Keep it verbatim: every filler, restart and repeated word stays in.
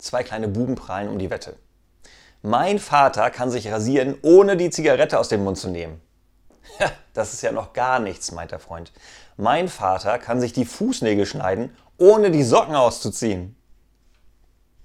Zwei kleine Buben prahlen um die Wette. Mein Vater kann sich rasieren, ohne die Zigarette aus dem Mund zu nehmen. Das ist ja noch gar nichts, meint der Freund. Mein Vater kann sich die Fußnägel schneiden, ohne die Socken auszuziehen.